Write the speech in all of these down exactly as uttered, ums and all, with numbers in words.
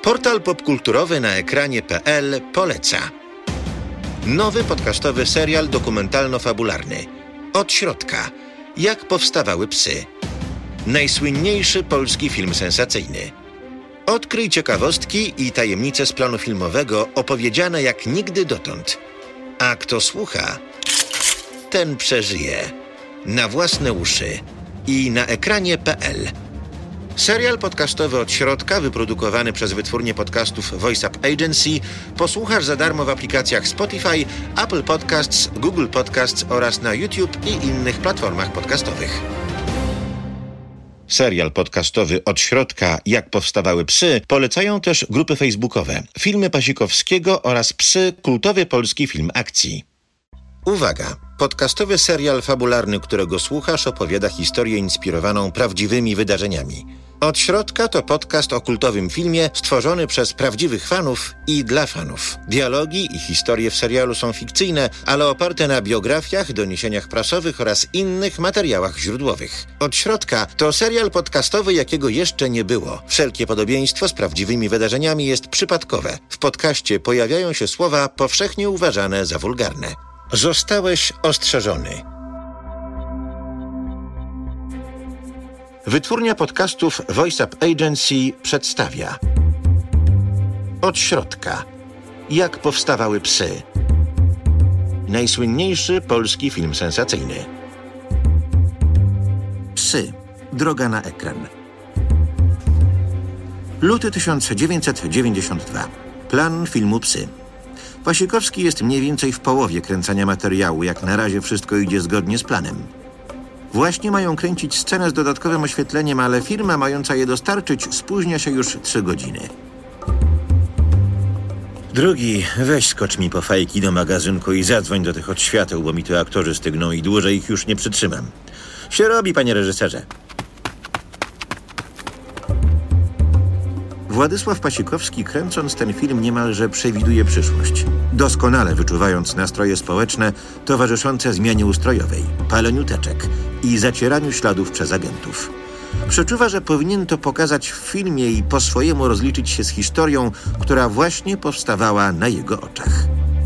Portal popkulturowy na ekranie kropka pe el poleca. Nowy podcastowy serial dokumentalno-fabularny. Od środka. Jak powstawały psy. Najsłynniejszy polski film sensacyjny. Odkryj ciekawostki i tajemnice z planu filmowego opowiedziane jak nigdy dotąd. A kto słucha, ten przeżyje. Na własne uszy i na ekranie kropka pe el. Serial podcastowy Od środka, wyprodukowany przez wytwórnię podcastów Voice Up Agency, posłuchasz za darmo w aplikacjach Spotify, Apple Podcasts, Google Podcasts oraz na YouTube i innych platformach podcastowych. Serial podcastowy Od środka, jak powstawały psy, polecają też grupy facebookowe Filmy Pasikowskiego oraz Psy, kultowy polski film akcji. Uwaga! Podcastowy serial fabularny, którego słuchasz, opowiada historię inspirowaną prawdziwymi wydarzeniami. Od środka to podcast o kultowym filmie stworzony przez prawdziwych fanów i dla fanów. Dialogi i historie w serialu są fikcyjne, ale oparte na biografiach, doniesieniach prasowych oraz innych materiałach źródłowych. Od środka to serial podcastowy, jakiego jeszcze nie było. Wszelkie podobieństwo z prawdziwymi wydarzeniami jest przypadkowe. W podcaście pojawiają się słowa powszechnie uważane za wulgarne. Zostałeś ostrzeżony. Wytwórnia podcastów Voice Up Agency przedstawia Od środka. Jak powstawały psy. Najsłynniejszy polski film sensacyjny. Psy. Droga na ekran. Luty tysiąc dziewięćset dziewięćdziesiąty drugi. Plan filmu Psy. Pasikowski jest mniej więcej w połowie kręcenia materiału. Jak na razie wszystko idzie zgodnie z planem. Właśnie mają kręcić scenę z dodatkowym oświetleniem, ale firma mająca je dostarczyć spóźnia się już trzy godziny. Drugi, weź skocz mi po fajki do magazynku i zadzwoń do tych od świateł, bo mi tu aktorzy stygną i dłużej ich już nie przytrzymam. Się robi, panie reżyserze. Władysław Pasikowski, kręcąc ten film, niemalże przewiduje przyszłość. Doskonale wyczuwając nastroje społeczne towarzyszące zmianie ustrojowej, paleniu teczek i zacieraniu śladów przez agentów. Przeczuwa, że powinien to pokazać w filmie i po swojemu rozliczyć się z historią, która właśnie powstawała na jego oczach.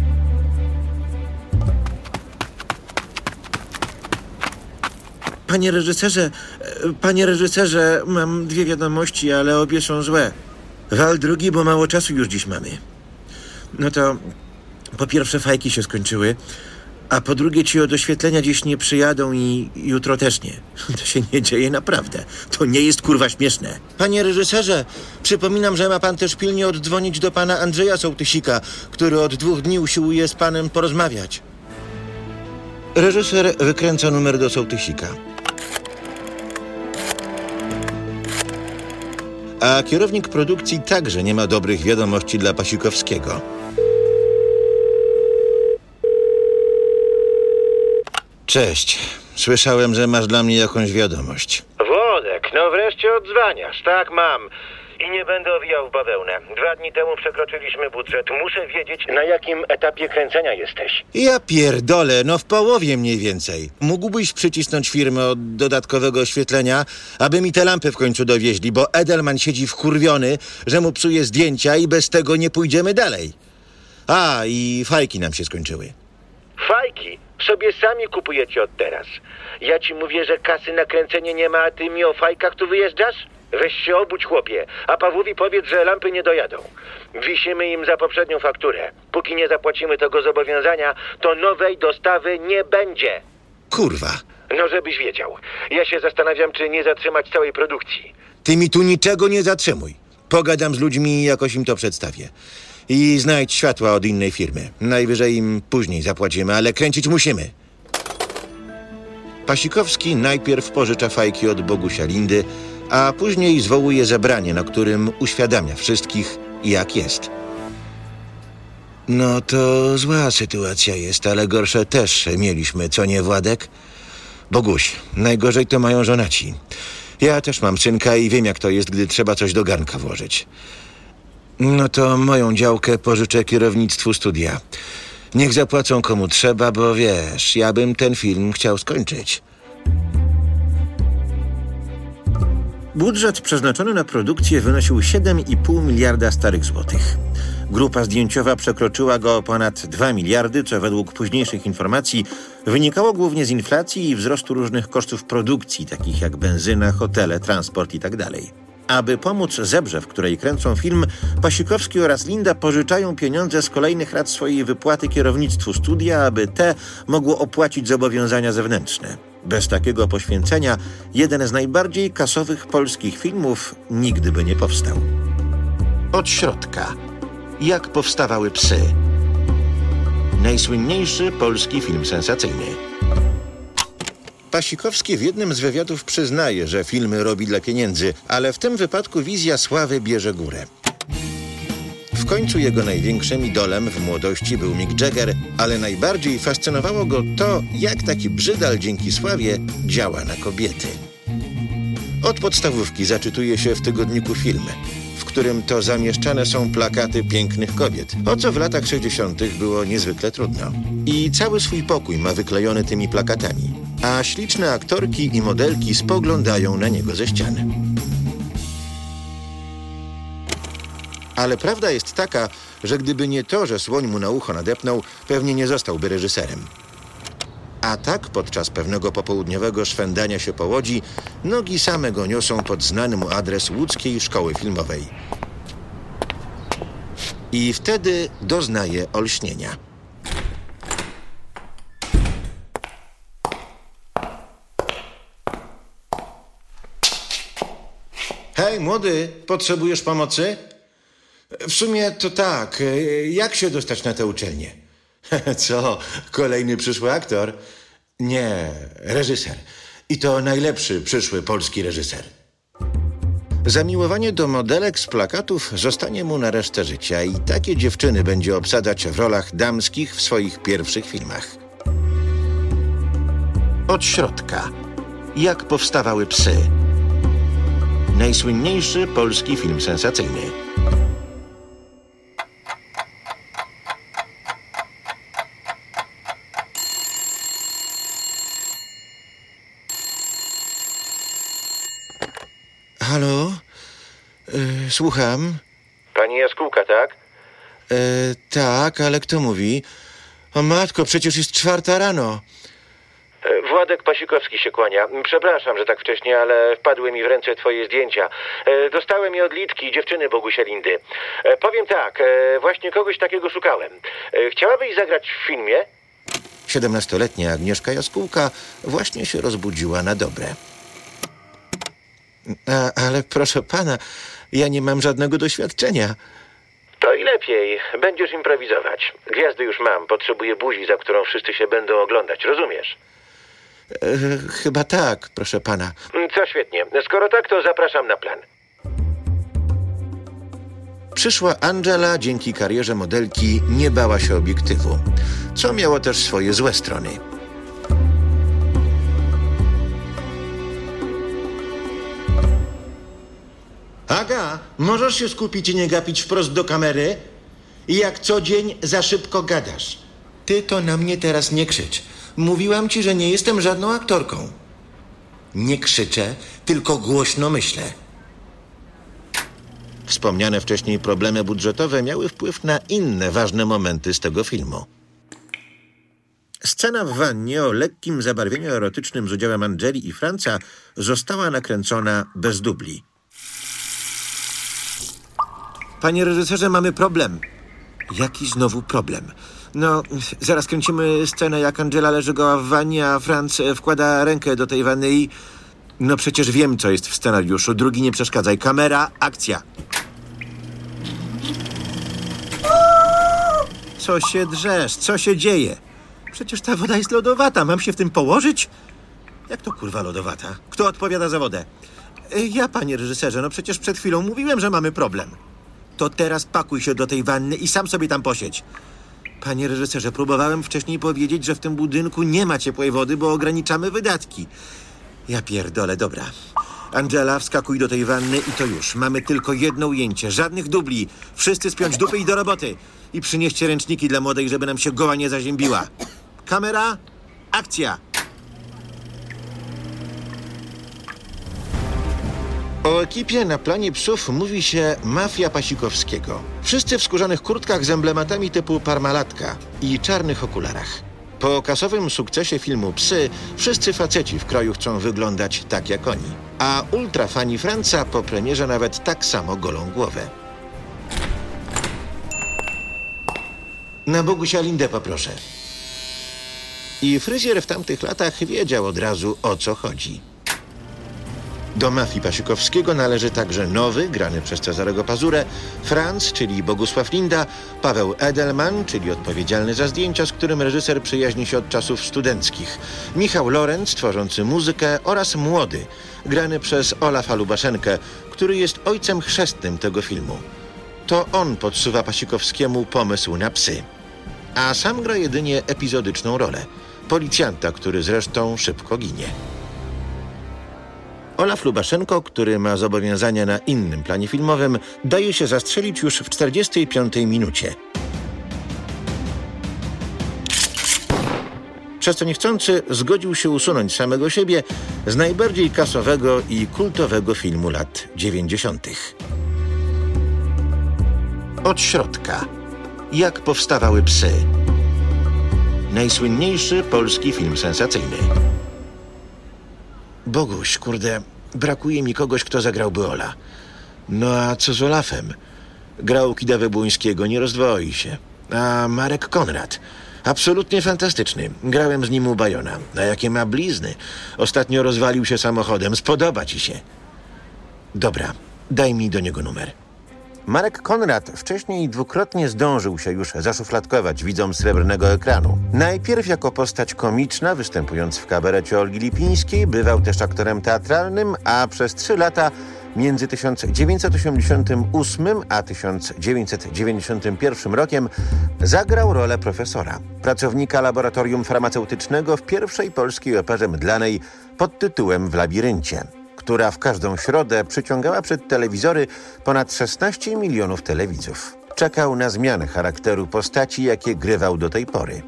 Panie reżyserze, panie reżyserze, mam dwie wiadomości, ale obie są złe. Wal drugi, bo mało czasu już dziś mamy. No to po pierwsze fajki się skończyły, a po drugie ci od oświetlenia dziś nie przyjadą i jutro też nie. To się nie dzieje naprawdę. To nie jest kurwa śmieszne. Panie reżyserze, przypominam, że ma pan też pilnie oddzwonić do pana Andrzeja Sołtysika, który od dwóch dni usiłuje z panem porozmawiać. Reżyser wykręca numer do Sołtysika. A kierownik produkcji także nie ma dobrych wiadomości dla Pasikowskiego. Cześć. Słyszałem, że masz dla mnie jakąś wiadomość. Włodek, no wreszcie odzwaniasz. Tak, mam. I nie będę owijał w bawełnę. Dwa dni temu przekroczyliśmy budżet. Muszę wiedzieć, na jakim etapie kręcenia jesteś. Ja pierdolę, no w połowie mniej więcej. Mógłbyś przycisnąć firmę od dodatkowego oświetlenia, aby mi te lampy w końcu dowieźli, bo Edelman siedzi wkurwiony, że mu psuje zdjęcia i bez tego nie pójdziemy dalej. A, i fajki nam się skończyły. Fajki? Sobie sami kupujecie od teraz. Ja ci mówię, że kasy na kręcenie nie ma, a ty mi o fajkach tu wyjeżdżasz? Weź się obudź, chłopie, a Pawłowi powiedz, że lampy nie dojadą. Wisimy im za poprzednią fakturę. Póki nie zapłacimy tego zobowiązania, to nowej dostawy nie będzie. Kurwa. No żebyś wiedział. Ja się zastanawiam, czy nie zatrzymać całej produkcji. Ty mi tu niczego nie zatrzymuj. Pogadam z ludźmi i jakoś im to przedstawię. I znajdź światła od innej firmy. Najwyżej im później zapłacimy, ale kręcić musimy. Pasikowski najpierw pożycza fajki od Bogusia Lindy, a później zwołuje zebranie, na którym uświadamia wszystkich, jak jest. No to zła sytuacja jest, ale gorsze też mieliśmy, co nie, Władek? Boguś, najgorzej to mają żonaci. Ja też mam synka i wiem, jak to jest, gdy trzeba coś do garnka włożyć. No to moją działkę pożyczę kierownictwu studia. Niech zapłacą komu trzeba, bo wiesz, ja bym ten film chciał skończyć. Budżet przeznaczony na produkcję wynosił siedem i pół miliarda starych złotych. Grupa zdjęciowa przekroczyła go o ponad dwa miliardy, co według późniejszych informacji wynikało głównie z inflacji i wzrostu różnych kosztów produkcji, takich jak benzyna, hotele, transport itd. Aby pomóc Zebrze, w której kręcą film, Pasikowski oraz Linda pożyczają pieniądze z kolejnych lat swojej wypłaty kierownictwu studia, aby te mogło opłacić zobowiązania zewnętrzne. Bez takiego poświęcenia jeden z najbardziej kasowych polskich filmów nigdy by nie powstał. Od środka. Jak powstawały psy? Najsłynniejszy polski film sensacyjny. Pasikowski w jednym z wywiadów przyznaje, że filmy robi dla pieniędzy, ale w tym wypadku wizja sławy bierze górę. W końcu jego największym idolem w młodości był Mick Jagger, ale najbardziej fascynowało go to, jak taki brzydal dzięki sławie działa na kobiety. Od podstawówki zaczytuje się w tygodniku Film, w którym to zamieszczane są plakaty pięknych kobiet, o co w latach sześćdziesiątych było niezwykle trudno. I cały swój pokój ma wyklejony tymi plakatami, a śliczne aktorki i modelki spoglądają na niego ze ściany. Ale prawda jest taka, że gdyby nie to, że słoń mu na ucho nadepnął, pewnie nie zostałby reżyserem. A tak podczas pewnego popołudniowego szwendania się po Łodzi nogi same go niosą pod znany mu adres łódzkiej szkoły filmowej. I wtedy doznaje olśnienia. Hej, młody, potrzebujesz pomocy? W sumie to tak. Jak się dostać na tę uczelnię? Co? Kolejny przyszły aktor? Nie, reżyser. I to najlepszy przyszły polski reżyser. Zamiłowanie do modelek z plakatów zostanie mu na resztę życia i takie dziewczyny będzie obsadzać w rolach damskich w swoich pierwszych filmach. Od środka. Jak powstawały psy? Najsłynniejszy polski film sensacyjny. Halo? E, słucham. Pani Jaskółka, tak? E, tak, ale kto mówi? O matko, przecież jest czwarta rano. E, Władek Pasikowski się kłania. Przepraszam, że tak wcześnie, ale wpadły mi w ręce twoje zdjęcia. E, dostałem je od Lidki, dziewczyny Bogusia Lindy. E, powiem tak, e, właśnie kogoś takiego szukałem. E, chciałabyś zagrać w filmie? Siedemnastoletnia Agnieszka Jaskółka właśnie się rozbudziła na dobre. A, ale proszę pana, ja nie mam żadnego doświadczenia. To i lepiej. Będziesz improwizować. Gwiazdy już mam. Potrzebuję buzi, za którą wszyscy się będą oglądać. Rozumiesz? E, chyba tak, proszę pana. Co świetnie. Skoro tak, to zapraszam na plan. Przyszła Angela dzięki karierze modelki nie bała się obiektywu, co miało też swoje złe strony. Aga, możesz się skupić i nie gapić wprost do kamery? I jak co dzień za szybko gadasz. Ty to na mnie teraz nie krzycz. Mówiłam ci, że nie jestem żadną aktorką. Nie krzyczę, tylko głośno myślę. Wspomniane wcześniej problemy budżetowe miały wpływ na inne ważne momenty z tego filmu. Scena w wannie o lekkim zabarwieniu erotycznym z udziałem Angeli i Franca została nakręcona bez dubli. Panie reżyserze, mamy problem. Jaki znowu problem? No, zaraz kręcimy scenę, jak Angela leży goła w wannie, a Franz wkłada rękę do tej wanny i... No przecież wiem, co jest w scenariuszu. Drugi nie przeszkadzaj. Kamera, akcja. Co się drzesz? Co się dzieje? Przecież ta woda jest lodowata. Mam się w tym położyć? Jak to kurwa lodowata? Kto odpowiada za wodę? Ja, panie reżyserze, no przecież przed chwilą mówiłem, że mamy problem. To teraz pakuj się do tej wanny i sam sobie tam posiedź. Panie reżyserze, próbowałem wcześniej powiedzieć, że w tym budynku nie ma ciepłej wody, bo ograniczamy wydatki. Ja pierdolę, dobra. Angela, wskakuj do tej wanny i to już. Mamy tylko jedno ujęcie, żadnych dubli. Wszyscy spiąć dupy i do roboty. I przynieście ręczniki dla młodej, żeby nam się goła nie zaziębiła. Kamera, akcja. O ekipie na planie psów mówi się mafia Pasikowskiego. Wszyscy w skórzanych kurtkach z emblematami typu Parmalatka i czarnych okularach. Po kasowym sukcesie filmu Psy wszyscy faceci w kraju chcą wyglądać tak jak oni. A ultrafani Franca po premierze nawet tak samo golą głowę. Na Bogusia Lindę poproszę. I fryzjer w tamtych latach wiedział od razu, o co chodzi. Do mafii Pasikowskiego należy także nowy, grany przez Cezarego Pazurę, Franz, czyli Bogusław Linda, Paweł Edelman, czyli odpowiedzialny za zdjęcia, z którym reżyser przyjaźni się od czasów studenckich, Michał Lorenz, tworzący muzykę, oraz Młody, grany przez Olafa Lubaszenkę, który jest ojcem chrzestnym tego filmu. To on podsuwa Pasikowskiemu pomysł na Psy. A sam gra jedynie epizodyczną rolę. Policjanta, który zresztą szybko ginie. Olaf Lubaszenko, który ma zobowiązania na innym planie filmowym, daje się zastrzelić już w czterdziestej piątej minucie. Przez co niechcący zgodził się usunąć samego siebie z najbardziej kasowego i kultowego filmu lat dziewięćdziesiątych. Od środka. Jak powstawały psy. Najsłynniejszy polski film sensacyjny. Boguś, kurde, brakuje mi kogoś, kto zagrałby Ola. No a co z Olafem? Grał Kida Wybłuńskiego, nie rozdwoi się. A Marek Konrad, absolutnie fantastyczny. Grałem z nim u Bajona. A jakie ma blizny. Ostatnio rozwalił się samochodem. Spodoba ci się. Dobra, daj mi do niego numer. Marek Konrad wcześniej dwukrotnie zdążył się już zaszufladkować widzom srebrnego ekranu. Najpierw jako postać komiczna, występując w kabarecie Olgi Lipińskiej, bywał też aktorem teatralnym, a przez trzy lata między tysiąc dziewięćset osiemdziesiątym ósmym a tysiąc dziewięćset dziewięćdziesiątym pierwszym rokiem zagrał rolę profesora, pracownika laboratorium farmaceutycznego w pierwszej polskiej operze mydlanej pod tytułem W labiryncie, która w każdą środę przyciągała przed telewizory ponad szesnaście milionów telewidzów. Czekał na zmianę charakteru postaci, jakie grywał do tej pory.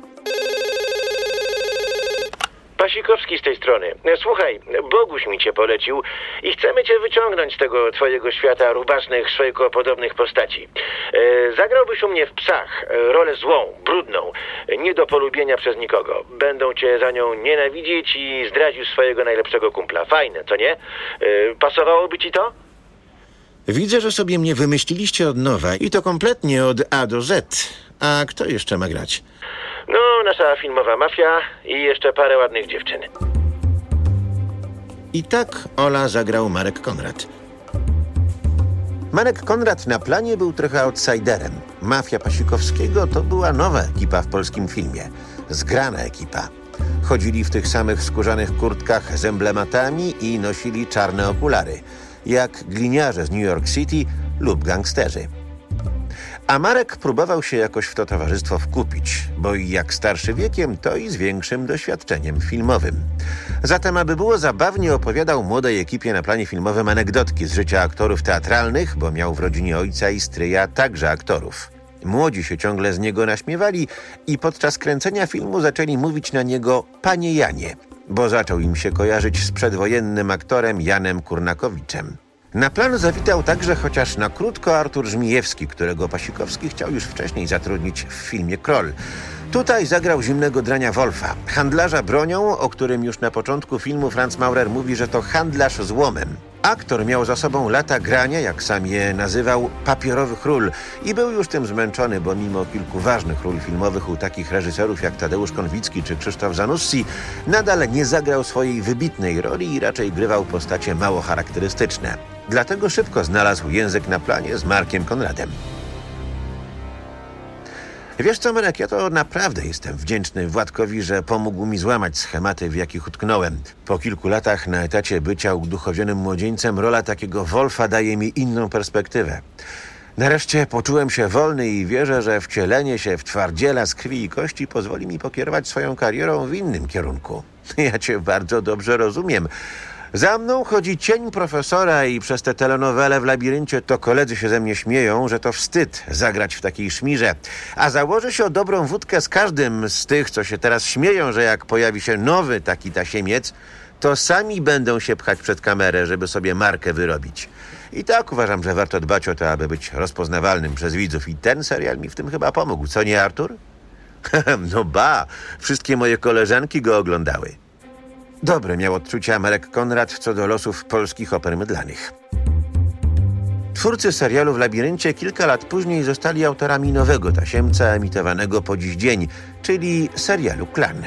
Pasikowski z tej strony. Słuchaj, Boguś mi cię polecił i chcemy cię wyciągnąć z tego twojego świata rubasznych, szwejkopodobnych postaci. E, zagrałbyś u mnie w Psach rolę złą, brudną, nie do polubienia przez nikogo. Będą cię za nią nienawidzieć i zdradzisz swojego najlepszego kumpla. Fajne, co nie? E, pasowałoby ci to? Widzę, że sobie mnie wymyśliliście od nowa i to kompletnie od A do Z. A kto jeszcze ma grać? No, nasza filmowa mafia i jeszcze parę ładnych dziewczyn. I tak Ola zagrał Marek Konrad. Marek Konrad na planie był trochę outsiderem. Mafia Pasikowskiego to była nowa ekipa w polskim filmie. Zgrana ekipa. Chodzili w tych samych skórzanych kurtkach z emblematami i nosili czarne okulary, jak gliniarze z New York City lub gangsterzy. A Marek próbował się jakoś w to towarzystwo wkupić, bo i jak starszy wiekiem, to i z większym doświadczeniem filmowym. Zatem, aby było zabawnie, opowiadał młodej ekipie na planie filmowym anegdotki z życia aktorów teatralnych, bo miał w rodzinie ojca i stryja także aktorów. Młodzi się ciągle z niego naśmiewali i podczas kręcenia filmu zaczęli mówić na niego Panie Janie, bo zaczął im się kojarzyć z przedwojennym aktorem Janem Kurnakowiczem. Na plan zawitał także chociaż na krótko Artur Żmijewski, którego Pasikowski chciał już wcześniej zatrudnić w filmie Kroll. Tutaj zagrał zimnego drania Wolfa, handlarza bronią, o którym już na początku filmu Franz Maurer mówi, że to handlarz złomem. Aktor miał za sobą lata grania, jak sam je nazywał, papierowych ról i był już tym zmęczony, bo mimo kilku ważnych ról filmowych u takich reżyserów jak Tadeusz Konwicki czy Krzysztof Zanussi, nadal nie zagrał swojej wybitnej roli i raczej grywał postacie mało charakterystyczne. Dlatego szybko znalazł język na planie z Markiem Konradem. Wiesz co, Marek, ja to naprawdę jestem wdzięczny Władkowi, że pomógł mi złamać schematy, w jakich utknąłem. Po kilku latach na etacie bycia uduchowionym młodzieńcem rola takiego Wolfa daje mi inną perspektywę. Nareszcie poczułem się wolny i wierzę, że wcielenie się w twardziela z krwi i kości pozwoli mi pokierować swoją karierą w innym kierunku. Ja cię bardzo dobrze rozumiem. Za mną chodzi cień profesora i przez tę telenowelę w labiryncie to koledzy się ze mnie śmieją, że to wstyd zagrać w takiej szmirze. A założy się o dobrą wódkę z każdym z tych, co się teraz śmieją, że jak pojawi się nowy taki tasiemiec, to sami będą się pchać przed kamerę, żeby sobie markę wyrobić. I tak uważam, że warto dbać o to, aby być rozpoznawalnym przez widzów. I ten serial mi w tym chyba pomógł. Co nie, Artur? No ba, wszystkie moje koleżanki go oglądały. Dobre miał odczucia Marek Konrad co do losów polskich oper mydlanych. Twórcy serialu w Labiryncie kilka lat później zostali autorami nowego tasiemca emitowanego po dziś dzień, czyli serialu Klan.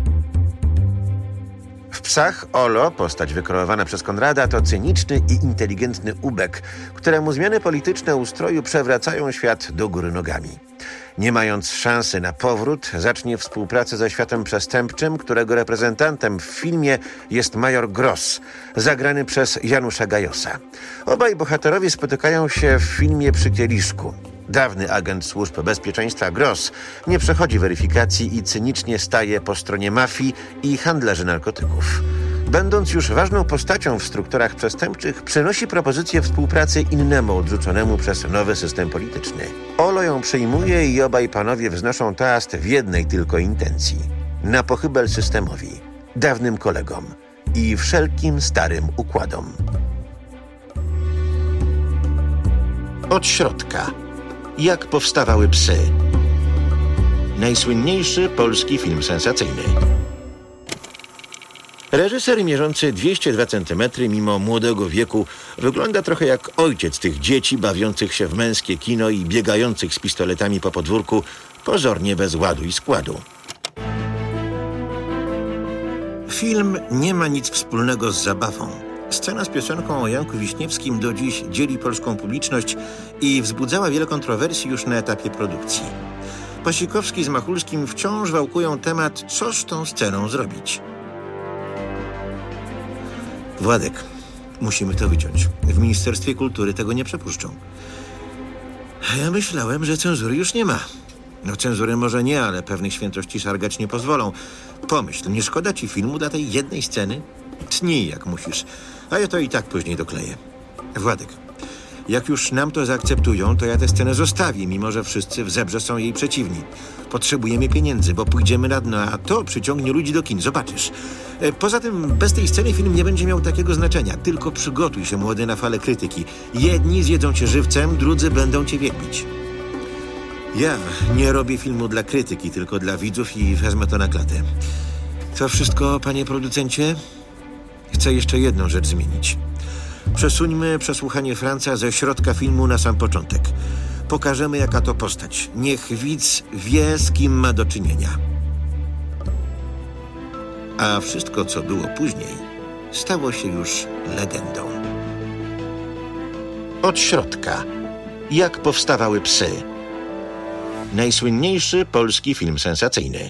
W Psach Olo, postać wykreowana przez Konrada, to cyniczny i inteligentny ubek, któremu zmiany polityczne ustroju przewracają świat do góry nogami. Nie mając szansy na powrót, zacznie współpracę ze światem przestępczym, którego reprezentantem w filmie jest major Gross, zagrany przez Janusza Gajosa. Obaj bohaterowie spotykają się w filmie przy kieliszku. Dawny agent służb bezpieczeństwa Gross nie przechodzi weryfikacji i cynicznie staje po stronie mafii i handlarzy narkotyków. Będąc już ważną postacią w strukturach przestępczych, przynosi propozycję współpracy innemu odrzuconemu przez nowy system polityczny. Olo ją przyjmuje i obaj panowie wznoszą toast w jednej tylko intencji. Na pochybel systemowi, dawnym kolegom i wszelkim starym układom. Od środka. Jak powstawały psy. Najsłynniejszy polski film sensacyjny. Reżyser mierzący dwieście dwa centymetry mimo młodego wieku wygląda trochę jak ojciec tych dzieci bawiących się w męskie kino i biegających z pistoletami po podwórku, pozornie bez ładu i składu. Film nie ma nic wspólnego z zabawą. Scena z piosenką o Janku Wiśniewskim do dziś dzieli polską publiczność i wzbudzała wiele kontrowersji już na etapie produkcji. Pasikowski z Machulskim wciąż wałkują temat, co z tą sceną zrobić. Władek, musimy to wyciąć. W Ministerstwie Kultury tego nie przepuszczą. Ja myślałem, że cenzury już nie ma. No cenzury może nie, ale pewnych świętości szargać nie pozwolą. Pomyśl, nie szkoda ci filmu dla tej jednej sceny? Tnij jak musisz, a ja to i tak później dokleję. Władek, jak już nam to zaakceptują, to ja tę scenę zostawię, mimo że wszyscy w Zebrze są jej przeciwni. Potrzebujemy pieniędzy, bo pójdziemy na dno, a to przyciągnie ludzi do kin, zobaczysz. Poza tym bez tej sceny film nie będzie miał takiego znaczenia. Tylko przygotuj się, młody, na falę krytyki. Jedni zjedzą cię żywcem, drudzy będą cię wielbić. Ja nie robię filmu dla krytyki, tylko dla widzów i wezmę to na klatę. To wszystko, panie producencie? Chcę jeszcze jedną rzecz zmienić. Przesuńmy przesłuchanie Franca ze środka filmu na sam początek. Pokażemy, jaka to postać. Niech widz wie, z kim ma do czynienia. A wszystko, co było później, stało się już legendą. Od środka. Jak powstawały psy. Najsłynniejszy polski film sensacyjny.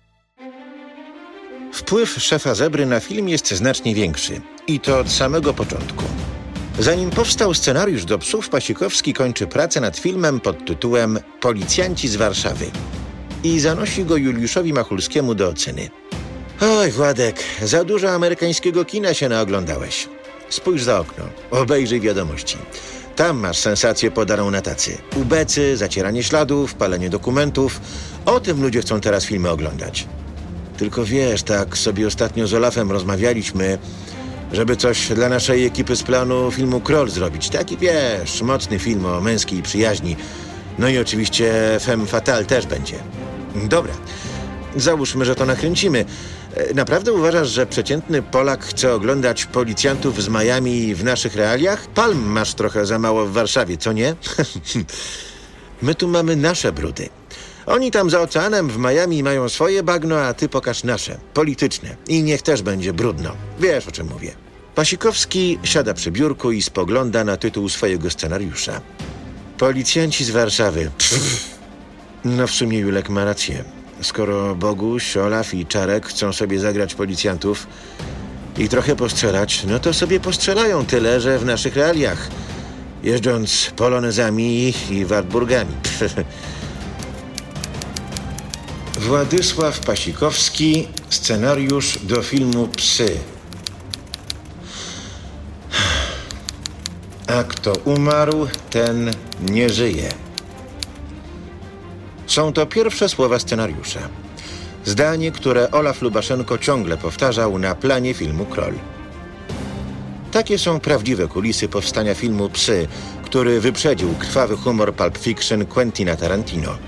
Wpływ szefa Zebry na film jest znacznie większy. I to od samego początku. Zanim powstał scenariusz do Psów, Pasikowski kończy pracę nad filmem pod tytułem Policjanci z Warszawy i zanosi go Juliuszowi Machulskiemu do oceny. Oj, Władek, za dużo amerykańskiego kina się naoglądałeś. Spójrz za okno, obejrzyj wiadomości. Tam masz sensację podaną na tacy. Ubecy, zacieranie śladów, palenie dokumentów. O tym ludzie chcą teraz filmy oglądać. Tylko wiesz, tak sobie ostatnio z Olafem rozmawialiśmy, żeby coś dla naszej ekipy z planu filmu Kroll zrobić. Taki, wiesz, mocny film o męskiej przyjaźni. No i oczywiście Femme Fatale też będzie. Dobra, załóżmy, że to nakręcimy. Naprawdę uważasz, że przeciętny Polak chce oglądać policjantów z Miami w naszych realiach? Palm masz trochę za mało w Warszawie, co nie? My tu mamy nasze brudy. Oni tam za oceanem w Miami mają swoje bagno, a ty pokaż nasze, polityczne. I niech też będzie brudno. Wiesz, o czym mówię. Pasikowski siada przy biurku i spogląda na tytuł swojego scenariusza. Policjanci z Warszawy. Pff. No w sumie Julek ma rację. Skoro Boguś, Olaf i Czarek chcą sobie zagrać policjantów i trochę postrzelać, no to sobie postrzelają, tyle że w naszych realiach, jeżdżąc polonezami i Wartburgami. Władysław Pasikowski, scenariusz do filmu Psy. A kto umarł, ten nie żyje. Są to pierwsze słowa scenariusza. Zdanie, które Olaf Lubaszenko ciągle powtarzał na planie filmu Kroll. Takie są prawdziwe kulisy powstania filmu Psy, który wyprzedził krwawy humor Pulp Fiction Quentina Tarantino.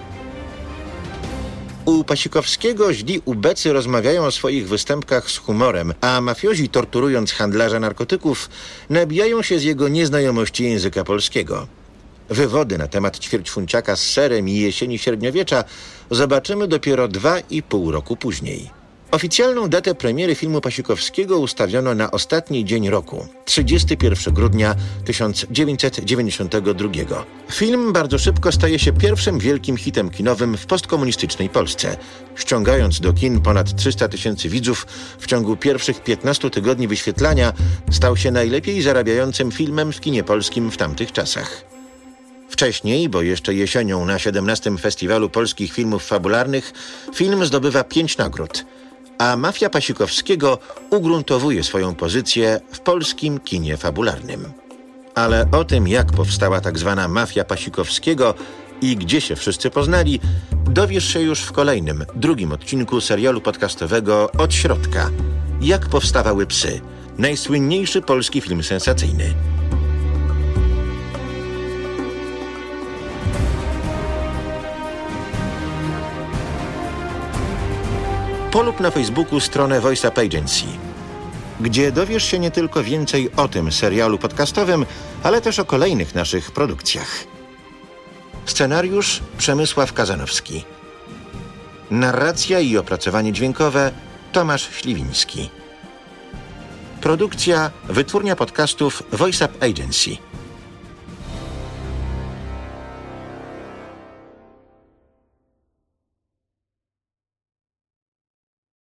U Pasikowskiego źli ubecy rozmawiają o swoich występkach z humorem, a mafiozi, torturując handlarza narkotyków, nabijają się z jego nieznajomości języka polskiego. Wywody na temat ćwierćfunciaka z serem i jesieni średniowiecza zobaczymy dopiero dwa i pół roku później. Oficjalną datę premiery filmu Pasikowskiego ustawiono na ostatni dzień roku, trzydziestego pierwszego grudnia tysiąc dziewięćset dziewięćdziesiątego drugiego. Film bardzo szybko staje się pierwszym wielkim hitem kinowym w postkomunistycznej Polsce, ściągając do kin ponad trzysta tysięcy widzów w ciągu pierwszych piętnastu tygodni wyświetlania, stał się najlepiej zarabiającym filmem w kinie polskim w tamtych czasach. Wcześniej, bo jeszcze jesienią na siedemnastym Festiwalu Polskich Filmów Fabularnych, film zdobywa pięć nagród, a Mafia Pasikowskiego ugruntowuje swoją pozycję w polskim kinie fabularnym. Ale o tym, jak powstała tak zwana Mafia Pasikowskiego i gdzie się wszyscy poznali, dowiesz się już w kolejnym, drugim odcinku serialu podcastowego Od środka. Jak powstawały psy. Najsłynniejszy polski film sensacyjny. Polub na Facebooku stronę Voice Up Agency, gdzie dowiesz się nie tylko więcej o tym serialu podcastowym, ale też o kolejnych naszych produkcjach. Scenariusz Przemysław Kazanowski. Narracja i opracowanie dźwiękowe Tomasz Śliwiński. Produkcja Wytwórnia Podcastów Voice Up Agency.